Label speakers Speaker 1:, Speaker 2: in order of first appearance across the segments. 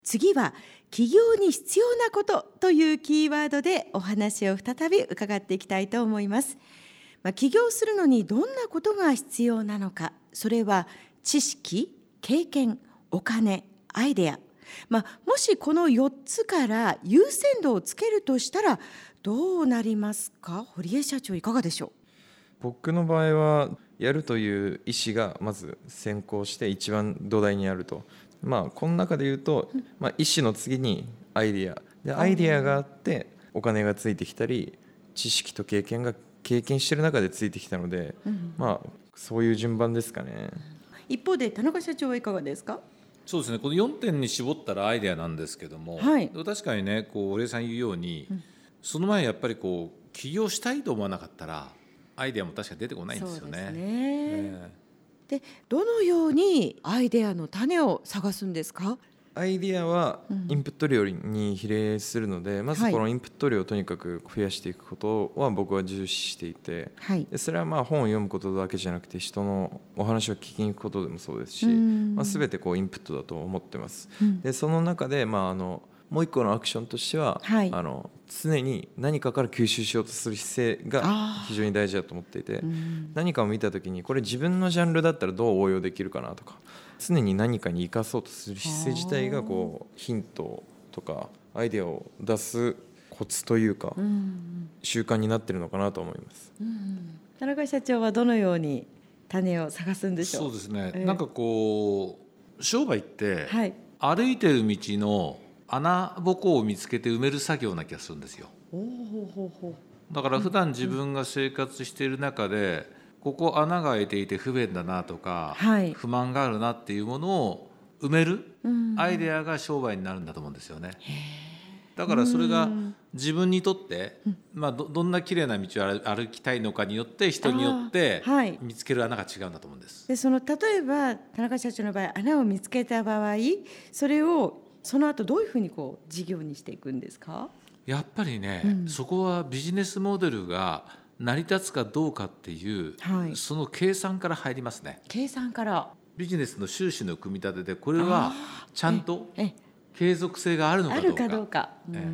Speaker 1: 次は起業に必要なことというキーワードでお話を再び伺っていきたいと思います。起業するのにどんなことが必要なのか、それは知識、経験、お金、アイデア。もしこの4つから優先度をつけるとしたらどうなりますか？堀江社長、いかがでしょう？
Speaker 2: 僕の場合はやるという意思がまず先行して一番土台にあると。この中で言うと、意思の次にアイディアで、アイディアがあってお金がついてきたり、知識と経験が経験している中でついてきたので、そういう順番ですかね。
Speaker 1: 一方で田中社長はいかがですか？
Speaker 3: そうですね、この4点に絞ったらアイデアなんですけども、確かにね、堀江さん言うように、その前やっぱり起業したいと思わなかったらアイデアも確かに出てこないんですよね。
Speaker 1: そうですね。で、どのようにアイデアの種を探すんですか？
Speaker 2: アイディアはインプット量に比例するので、まずこのインプット量をとにかく増やしていくことは僕は重視していて、でそれは本を読むことだけじゃなくて人のお話を聞きに行くことでもそうですし、全てインプットだと思ってます。でその中で、もう一個のアクションとしては、常に何かから吸収しようとする姿勢が非常に大事だと思っていて、何かを見た時にこれ自分のジャンルだったらどう応用できるかなとか、常に何かに生かそうとする姿勢自体がヒントとかアイデアを出すコツというか、習慣になってるのかなと思います。
Speaker 1: 田中社長はどのように種を探すんでしょう？
Speaker 3: そうですね、商売って、歩いてる道の穴ぼこを見つけて埋める作業な気がするんですよ。だから普段自分が生活している中で、ここ穴が開いていて不便だなとか、不満があるなっていうものを埋めるアイデアが商売になるんだと思うんですよね。だからそれが自分にとって、どんな綺麗な道を歩きたいのかによって人によって見つける穴が違うんだと思うんです。
Speaker 1: で例えば田中社長の場合、穴を見つけた場合、それをその後どういうふうに事業にしていくんですか？
Speaker 3: やっぱりね、そこはビジネスモデルが成り立つかどうかっていう、その計算から入りますね。
Speaker 1: 計算から。
Speaker 3: ビジネスの収支の組み立てでこれはちゃんと継続性があるのかどうか。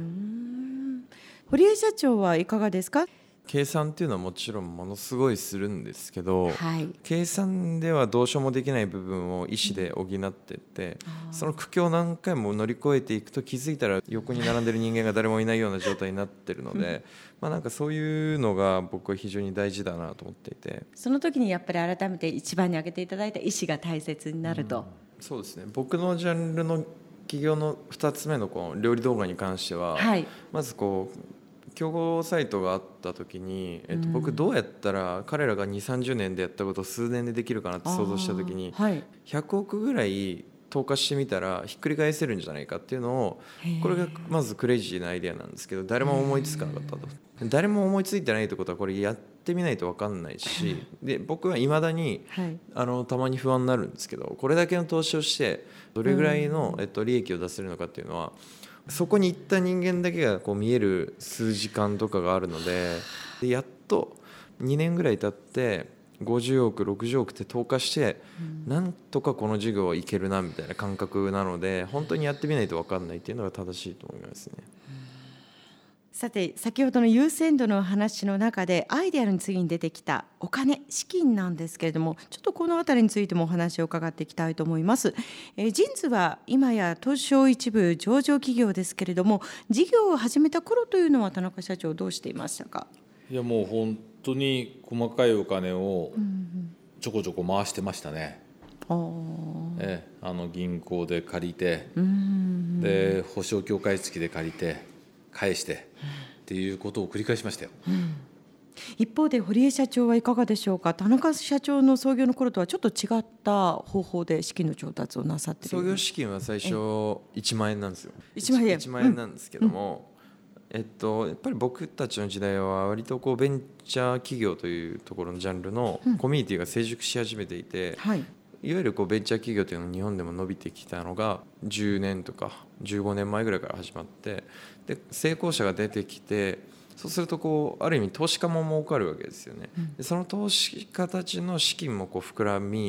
Speaker 1: 堀江社長はいかがですか？
Speaker 2: 計算っていうのはもちろんものすごいするんですけど、計算ではどうしようもできない部分を意思で補っていって、その苦境を何回も乗り越えていくと気づいたら横に並んでる人間が誰もいないような状態になってるのでそういうのが僕は非常に大事だなと思っていて、
Speaker 1: その時にやっぱり改めて一番に挙げていただいた意思が大切になると。
Speaker 2: そうですね。僕のジャンルの起業の2つ目の料理動画に関しては、まず競合サイトがあった時に、僕どうやったら彼らが 2,30 年でやったことを数年でできるかなって想像した時に、100億ぐらい投下してみたらひっくり返せるんじゃないかっていうのを、これがまずクレイジーなアイデアなんですけど、誰も思いつかなかったと。誰も思いついてないってことはこれやってみないと分かんないし、で僕はいまだに、たまに不安になるんですけど、これだけの投資をしてどれぐらいの、利益を出せるのかっていうのは、そこに行った人間だけが見える数時間とかがあるので、やっと2年ぐらい経って50億60億って投下して、なんとかこの事業はいけるなみたいな感覚なので、本当にやってみないと分かんないっていうのが正しいと思いますね。
Speaker 1: さて、先ほどの優先度の話の中でアイデアの次に出てきたお金、資金なんですけれども、ちょっとこのあたりについてもお話を伺っていきたいと思います。ジンズは今や東証一部上場企業ですけれども、事業を始めた頃というのは田中社長どうしていましたか？
Speaker 3: いや、もう本当に細かいお金をちょこちょこ回してましたね。銀行で借りて、で保証協会付きで借りて返してっていうことを繰り返しましたよ。
Speaker 1: 一方で堀江社長はいかがでしょうか？田中社長の創業の頃とはちょっと違った方法で資金の調達をなさっている。
Speaker 2: 創業資金は最初1万円なんですよ。
Speaker 1: 1
Speaker 2: 万円なんですけども、やっぱり僕たちの時代は割とベンチャー企業というところのジャンルのコミュニティが成熟し始めていて、いわゆるベンチャー企業というのは日本でも伸びてきたのが10年とか15年前ぐらいから始まって、で成功者が出てきて、そうするとある意味投資家も儲かるわけですよね。でその投資家たちの資金も膨らみ、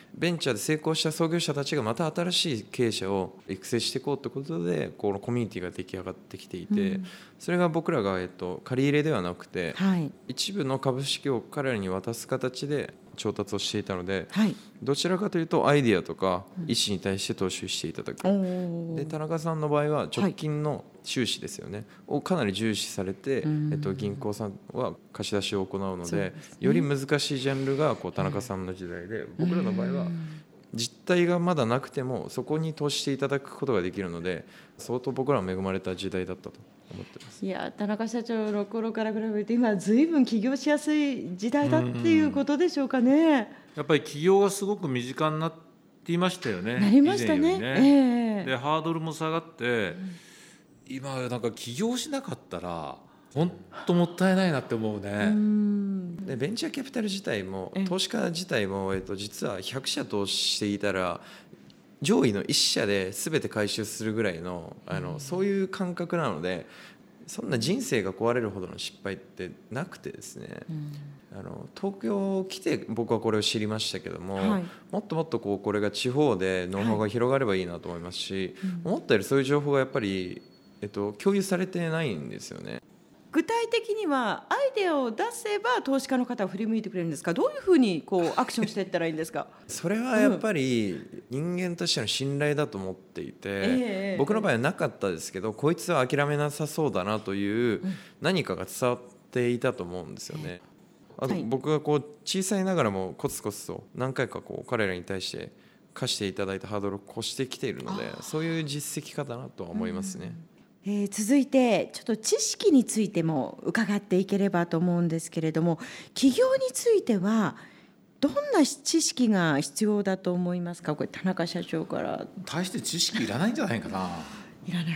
Speaker 2: ベンチャーで成功した創業者たちがまた新しい経営者を育成していこうということでこのコミュニティが出来上がってきていて、それが僕らが借り入れではなくて、一部の株式を彼らに渡す形で調達をしていたので、どちらかというとアイデアとか意思に対して投資していただく、で田中さんの場合は直近の収支ですよね、をかなり重視されて、銀行さんは貸し出しを行うので、より難しいジャンルが田中さんの時代で、僕らの場合は実態がまだなくてもそこに投資していただくことができるので、相当僕らは恵まれた時代だったと思ってます。
Speaker 1: いや、田中社長の頃から比べて今ずいぶん起業しやすい時代だっていうことでしょうかね。
Speaker 3: やっぱり起業がすごく身近になっていましたよね。
Speaker 1: なりましたね。
Speaker 3: でハードルも下がって、今なんか起業しなかったら本当もったいないなって思うね。
Speaker 2: でベンチャーキャピタル自体も投資家自体も、実は100社投資していたら上位の1社で全て回収するぐらいの、そういう感覚なので、そんな人生が壊れるほどの失敗ってなくてですね、東京来て僕はこれを知りましたけども、もっともっとこれが地方でノウハウが広がればいいなと思いますし、思ったよりそういう情報がやっぱり、共有されてないんですよね。
Speaker 1: 具体的にはアイデアを出せば投資家の方は振り向いてくれるんですか？どういうふうにアクションしていったらいいんですか？
Speaker 2: それはやっぱり人間としての信頼だと思っていて、僕の場合はなかったですけど、こいつは諦めなさそうだなという何かが伝わっていたと思うんですよね。あと僕が小さいながらもコツコツと何回か彼らに対して課していただいたハードルを越してきているので、そういう実績かだなとは思いますね。
Speaker 1: 続いてちょっと知識についても伺っていければと思うんですけれども、起業についてはどんな知識が必要だと思いますか？これ田中社長から。
Speaker 3: 大して知識いらないんじゃないかな。
Speaker 1: いらない、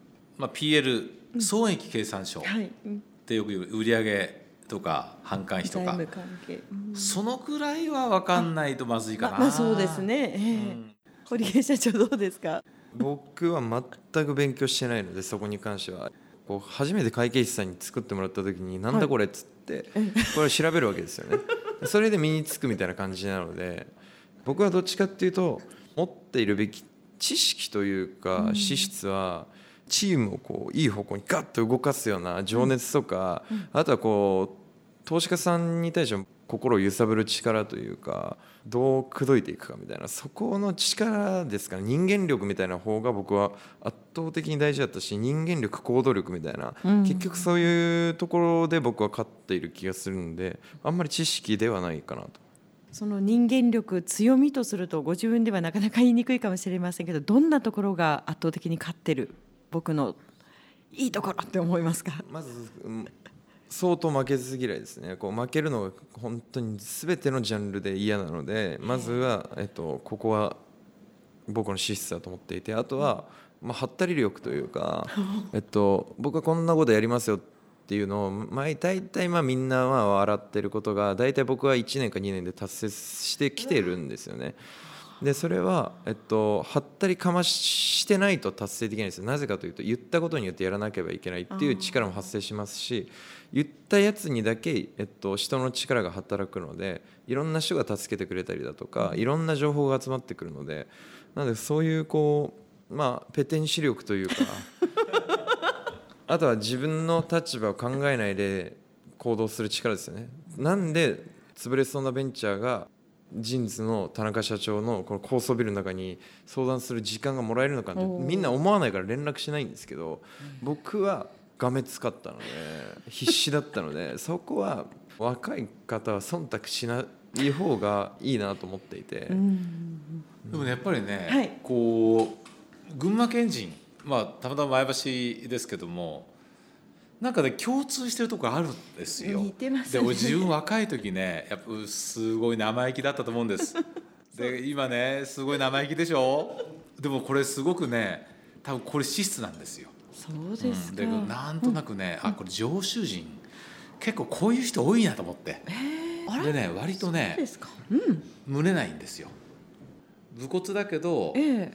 Speaker 3: PL 損益計算書ってよく言う、売上とか販管費とか、そのくらいは分かんないとまずいかな。
Speaker 1: そうですね。堀江社長どうですか？
Speaker 2: 僕は全く勉強してないので、そこに関しては初めて会計士さんに作ってもらった時になんだこれっつってこれを調べるわけですよね。それで身につくみたいな感じなので、僕はどっちかっていうと持っているべき知識というか資質はチームをいい方向にガッと動かすような情熱とか、あとは投資家さんに対して心を揺さぶる力というか、どう口説いていくかみたいな、そこの力ですかね。人間力みたいな方が僕は圧倒的に大事だったし、人間力行動力みたいな、結局そういうところで僕は勝っている気がするので、あんまり知識ではないかなと。
Speaker 1: その人間力、強みとするとご自分ではなかなか言いにくいかもしれませんけど、どんなところが圧倒的に勝ってる僕のいいところって思いますか？
Speaker 2: まず相当負けず嫌いですね。負けるのが本当に全てのジャンルで嫌なので、まずは、ここは僕の資質だと思っていて、あとは、はったり力というか僕はこんなことやりますよっていうのを大体みんなは笑ってることが大体僕は1年か2年で達成してきてるんですよね。でそれは、はったりかましてないと達成できないんですよ。なぜかというと、言ったことによってやらなければいけないっていう力も発生しますし、言ったやつにだけ、人の力が働くので、いろんな人が助けてくれたりだとか、いろんな情報が集まってくるので、なのでそういうペテン師力というかあとは自分の立場を考えないで行動する力ですよね。なんで潰れそうなベンチャーがジンズの田中社長のこの高層ビルの中に相談する時間がもらえるのかってみんな思わないから連絡しないんですけど、僕はがめつかったので必死だったので、そこは若い方は忖度しない方がいいなと思っていて、
Speaker 3: でもね、やっぱりね、群馬県人、たまたま前橋ですけども、なんかね共通してるところあるんですよ。
Speaker 1: 似てますね。
Speaker 3: で自分若い時ね、やっぱすごい生意気だったと思うんです。で今ねすごい生意気でしょ。でもこれすごくね、多分これ資質なんですよ。
Speaker 1: そうですか。
Speaker 3: でなんとなくね、これ常習人結構こういう人多いなと思って。でね、割とね胸ないんですよ。武骨だけど、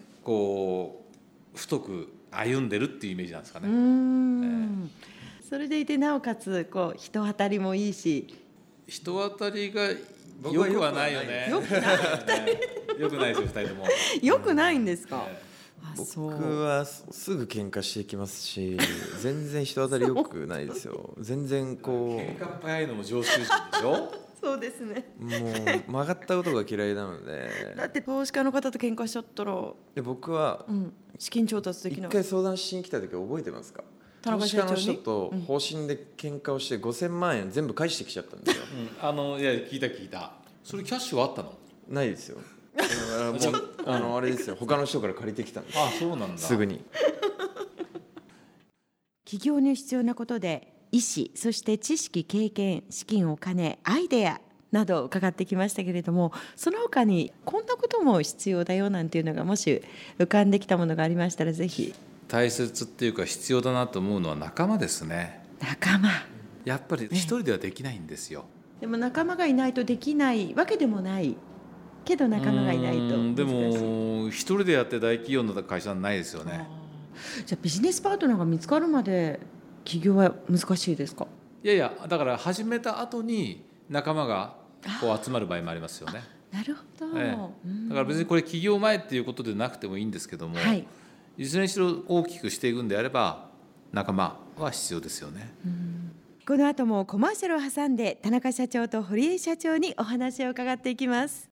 Speaker 3: 太く歩んでるっていうイメージなんですかね。
Speaker 1: それでいてなおかつ人当たりもいいし、
Speaker 3: 人当たりがよくはないよね。
Speaker 1: よくない
Speaker 3: よくないですよ、2人とも。
Speaker 1: よくないんですか。
Speaker 2: 僕はすぐ喧嘩してきますし、全然人当たり良くないですよ。全然こう
Speaker 3: 喧嘩早いのも常習人でしょ。
Speaker 1: そうですね。
Speaker 2: もう曲がったことが嫌いなので。
Speaker 1: だって投資家の方と喧嘩しちゃったら、
Speaker 2: で僕は
Speaker 1: 資金調達できない。
Speaker 2: 一回相談しに来た時覚えてますか。
Speaker 1: 田中社長に
Speaker 2: 投資家の人と方針で喧嘩をして5000万円全部返してきちゃったんですよ。
Speaker 3: いや聞いた。それキャッシュはあったの？
Speaker 2: ないですよ。だからもうあれですよ、他の人から借りてきたんです。
Speaker 3: あ、そうなんだ。
Speaker 2: すぐに。
Speaker 1: 起業に必要なことで意思、そして知識、経験、資金、お金、アイデアなど伺ってきましたけれども、その他にこんなことも必要だよなんていうのがもし浮かんできたものがありましたらぜひ。
Speaker 3: 大切っていうか必要だなと思うのは仲間ですね。
Speaker 1: 仲間、
Speaker 3: やっぱり一人ではできないんですよ。
Speaker 1: でも仲間がいないとできないわけでもないけど、仲間がいないと難しい。
Speaker 3: でも一人でやって大企業の会社はないですよね。
Speaker 1: じゃあビジネスパートナーが見つかるまで起業は難しいですか？
Speaker 3: いやいや、だから始めた後に仲間がこう集まる場合もありますよね。
Speaker 1: なるほど、
Speaker 3: だから別にこれ起業前っていうことでなくてもいいんですけども、はい、いずれにしろ大きくしていくんであれば仲間は必要ですよね。
Speaker 1: この後もコマーシャルを挟んで田中社長と堀江社長にお話を伺っていきます。